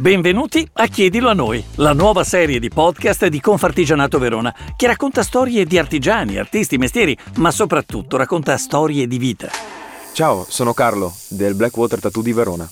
Benvenuti a Chiedilo a noi, la nuova serie di podcast di Confartigianato Verona, che racconta storie di artigiani, artisti, mestieri, ma soprattutto racconta storie di vita. Ciao, sono Carlo, del Blackwater Tattoo di Verona.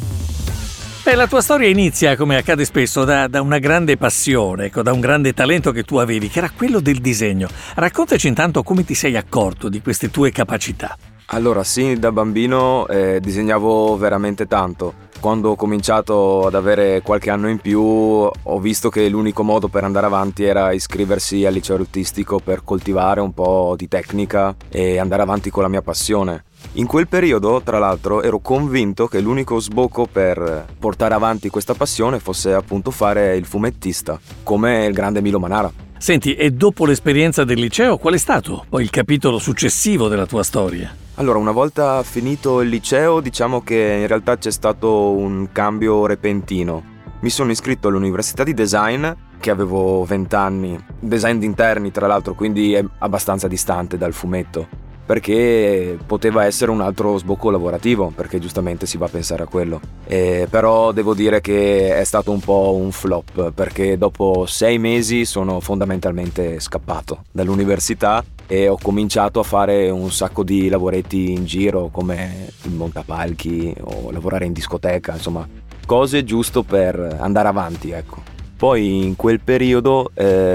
La tua storia inizia, come accade spesso, da una grande passione, da un grande talento che tu avevi, che era quello del disegno. Raccontaci intanto come ti sei accorto di queste tue capacità. Allora, sì, da bambino disegnavo veramente tanto. Quando ho cominciato ad avere qualche anno in più, ho visto che l'unico modo per andare avanti era iscriversi al liceo artistico per coltivare un po' di tecnica e andare avanti con la mia passione. In quel periodo, tra l'altro, ero convinto che l'unico sbocco per portare avanti questa passione fosse appunto fare il fumettista, come il grande Milo Manara. Senti, e dopo l'esperienza del liceo, qual è stato poi il capitolo successivo della tua storia? Allora, una volta finito il liceo, diciamo che in realtà c'è stato un cambio repentino. Mi sono iscritto all'università di design, che avevo 20 anni, design di interni tra l'altro, quindi è abbastanza distante dal fumetto, perché poteva essere un altro sbocco lavorativo, perché giustamente si va a pensare a quello. Però devo dire che è stato un po' un flop, perché dopo 6 mesi sono fondamentalmente scappato dall'università e ho cominciato a fare un sacco di lavoretti in giro, come il montapalchi o lavorare in discoteca, insomma, cose giusto per andare avanti, ecco. Poi in quel periodo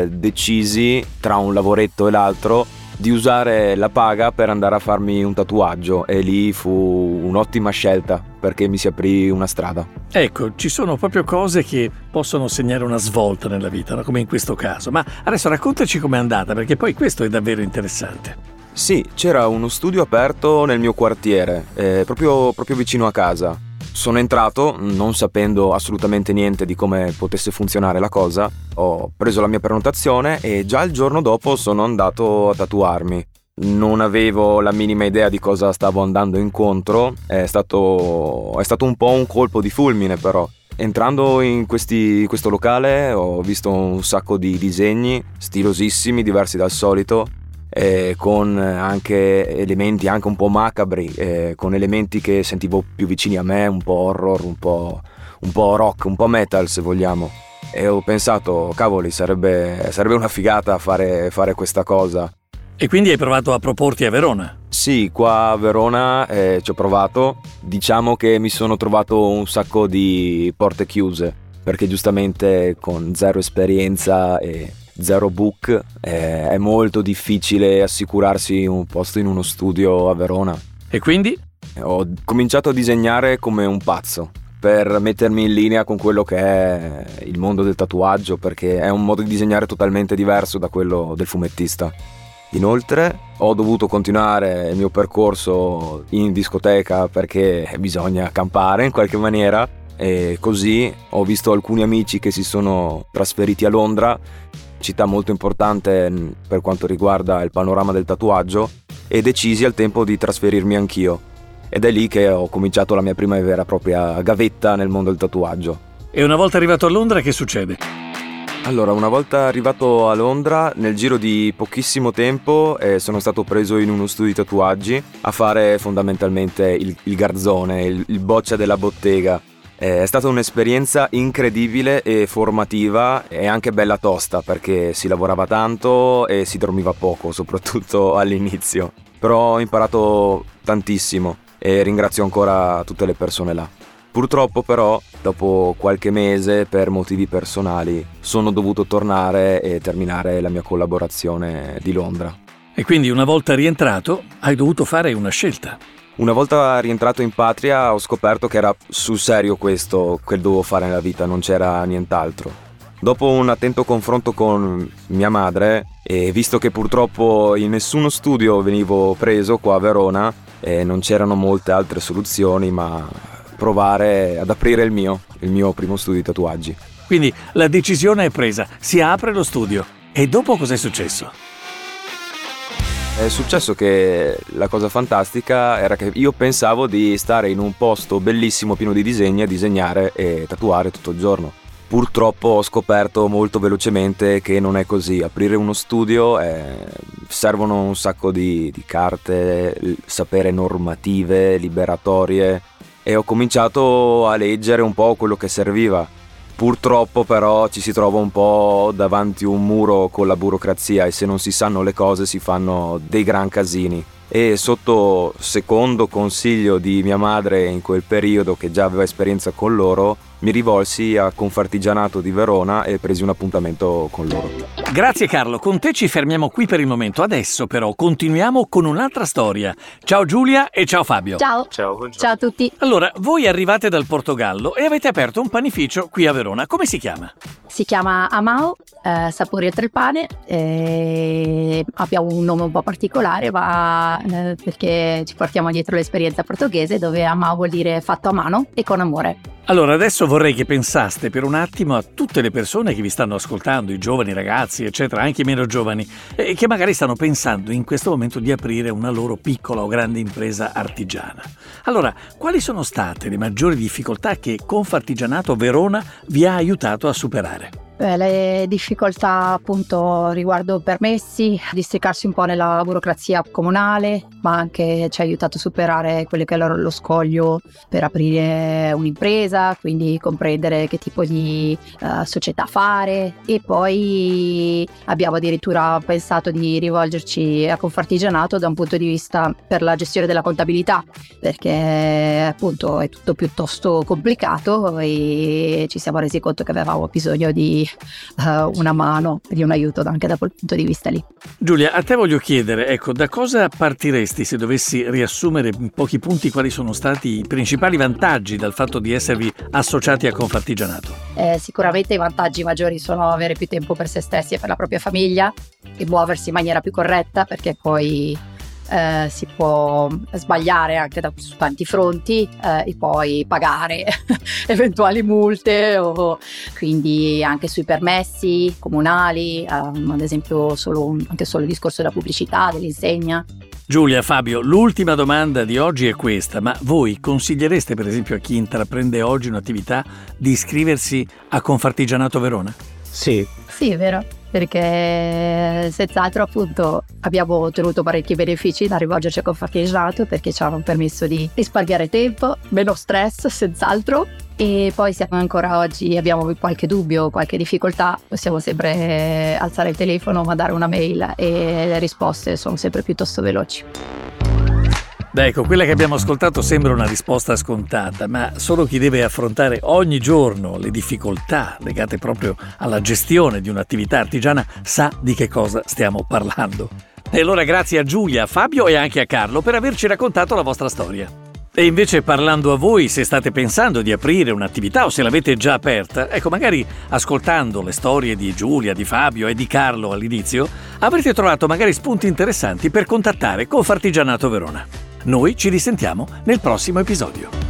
decisi, tra un lavoretto e l'altro, di usare la paga per andare a farmi un tatuaggio, e lì fu un'ottima scelta perché mi si aprì una strada. Ecco, ci sono proprio cose che possono segnare una svolta nella vita, no? Come in questo caso. Ma adesso raccontaci com'è andata, perché poi questo è davvero interessante. Sì, c'era uno studio aperto nel mio quartiere, proprio vicino a casa. Sono entrato, non sapendo assolutamente niente di come potesse funzionare la cosa. Ho preso la mia prenotazione e già il giorno dopo sono andato a tatuarmi. Non avevo la minima idea di cosa stavo andando incontro. È stato un po' un colpo di fulmine, però. Entrando in questo locale ho visto un sacco di disegni stilosissimi, diversi dal solito, con anche elementi anche un po' macabri, con elementi che sentivo più vicini a me, un po' horror, un po' rock, un po' metal se vogliamo. E ho pensato, cavoli, sarebbe una figata fare questa cosa. E quindi hai provato a proporti a Verona? Sì, qua a Verona ci ho provato. Diciamo che mi sono trovato un sacco di porte chiuse, perché giustamente con zero esperienza e zero book è molto difficile assicurarsi un posto in uno studio a Verona. E quindi? Ho cominciato a disegnare come un pazzo per mettermi in linea con quello che è il mondo del tatuaggio, perché è un modo di disegnare totalmente diverso da quello del fumettista. Inoltre ho dovuto continuare il mio percorso in discoteca perché bisogna campare in qualche maniera, e così ho visto alcuni amici che si sono trasferiti a Londra, città molto importante per quanto riguarda il panorama del tatuaggio, e decisi al tempo di trasferirmi anch'io. Ed è lì che ho cominciato la mia prima e vera e propria gavetta nel mondo del tatuaggio. E una volta arrivato a Londra, che succede? Allora, una volta arrivato a Londra, nel giro di pochissimo tempo sono stato preso in uno studio di tatuaggi a fare fondamentalmente il garzone, il boccia della bottega. È stata un'esperienza incredibile e formativa, e anche bella tosta, perché si lavorava tanto e si dormiva poco, soprattutto all'inizio. Però ho imparato tantissimo e ringrazio ancora tutte le persone là. Purtroppo però, dopo qualche mese, per motivi personali, sono dovuto tornare e terminare la mia collaborazione di Londra. E quindi una volta rientrato hai dovuto fare una scelta. Una volta rientrato in patria ho scoperto che era sul serio questo che dovevo fare nella vita, non c'era nient'altro. Dopo un attento confronto con mia madre, e visto che purtroppo in nessuno studio venivo preso qua a Verona, non c'erano molte altre soluzioni, ma provare ad aprire il mio primo studio di tatuaggi. Quindi la decisione è presa, si apre lo studio. E dopo cos'è successo? È successo che la cosa fantastica era che io pensavo di stare in un posto bellissimo pieno di disegni a disegnare e tatuare tutto il giorno. Purtroppo ho scoperto molto velocemente che non è così. Aprire uno studio servono un sacco di carte, sapere normative, liberatorie, e ho cominciato a leggere un po' quello che serviva. Purtroppo però ci si trova un po' davanti a un muro con la burocrazia e se non si sanno le cose si fanno dei gran casini. E sotto secondo consiglio di mia madre in quel periodo, che già aveva esperienza con loro, mi rivolsi a Confartigianato di Verona e presi un appuntamento con loro. Grazie Carlo, con te ci fermiamo qui per il momento. Adesso però continuiamo con un'altra storia. Ciao Giulia e ciao Fabio. Ciao. Ciao. Ciao a tutti. Allora, voi arrivate dal Portogallo e avete aperto un panificio qui a Verona. Come si chiama? Si chiama Amao, sapori oltre il pane. Abbiamo un nome un po' particolare, ma perché ci portiamo dietro l'esperienza portoghese, dove Amao vuol dire fatto a mano e con amore. Allora, adesso vorrei che pensaste per un attimo a tutte le persone che vi stanno ascoltando, i giovani ragazzi, eccetera, anche i meno giovani, che magari stanno pensando in questo momento di aprire una loro piccola o grande impresa artigiana. Allora, quali sono state le maggiori difficoltà che Confartigianato Verona vi ha aiutato a superare? Le difficoltà appunto riguardo permessi, districarsi un po' nella burocrazia comunale, ma anche ci ha aiutato a superare quello che è lo scoglio per aprire un'impresa, quindi comprendere che tipo di società fare, e poi abbiamo addirittura pensato di rivolgerci a Confartigianato da un punto di vista per la gestione della contabilità, perché appunto è tutto piuttosto complicato e ci siamo resi conto che avevamo bisogno di una mano, di un aiuto anche da quel punto di vista lì. Giulia, a te voglio chiedere, ecco, da cosa partiresti se dovessi riassumere in pochi punti quali sono stati i principali vantaggi dal fatto di esservi associati a Confartigianato? Sicuramente i vantaggi maggiori sono avere più tempo per se stessi e per la propria famiglia e muoversi in maniera più corretta, perché poi si può sbagliare anche su tanti fronti e poi pagare eventuali multe, o quindi anche sui permessi comunali, ad esempio anche solo il discorso della pubblicità, dell'insegna. Giulia, Fabio, l'ultima domanda di oggi è questa, ma voi consigliereste per esempio a chi intraprende oggi un'attività di iscriversi a Confartigianato Verona? Sì, È vero, perché senz'altro appunto abbiamo ottenuto parecchi benefici da rivolgerci a Confartigianato, perché ci hanno permesso di risparmiare tempo, meno stress senz'altro, e poi se ancora oggi abbiamo qualche dubbio, qualche difficoltà, possiamo sempre alzare il telefono, mandare una mail e le risposte sono sempre piuttosto veloci. Beh, ecco, quella che abbiamo ascoltato sembra una risposta scontata, ma solo chi deve affrontare ogni giorno le difficoltà legate proprio alla gestione di un'attività artigiana sa di che cosa stiamo parlando. E allora grazie a Giulia, a Fabio e anche a Carlo per averci raccontato la vostra storia. E invece, parlando a voi, se state pensando di aprire un'attività o se l'avete già aperta, ecco, magari ascoltando le storie di Giulia, di Fabio e di Carlo all'inizio, avrete trovato magari spunti interessanti per contattare Confartigianato Verona. Noi ci risentiamo nel prossimo episodio.